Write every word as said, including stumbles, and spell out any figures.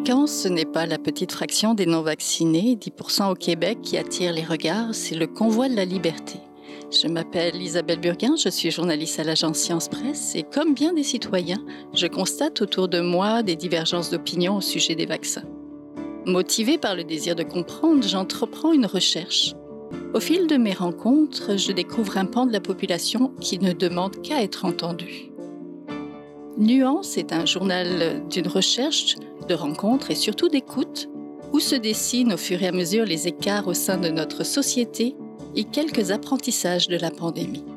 cinq ans, ce n'est pas la petite fraction des non-vaccinés, dix pour cent au Québec, qui attire les regards, c'est le convoi de la liberté. Je m'appelle Isabelle Burguin, je suis journaliste à l'agence Science Presse et comme bien des citoyens, je constate autour de moi des divergences d'opinion au sujet des vaccins. Motivée par le désir de comprendre, j'entreprends une recherche. Au fil de mes rencontres, je découvre un pan de la population qui ne demande qu'à être entendu. Nuance est un journal d'une recherche, de rencontres et surtout d'écoute, où se dessinent au fur et à mesure les écarts au sein de notre société et quelques apprentissages de la pandémie.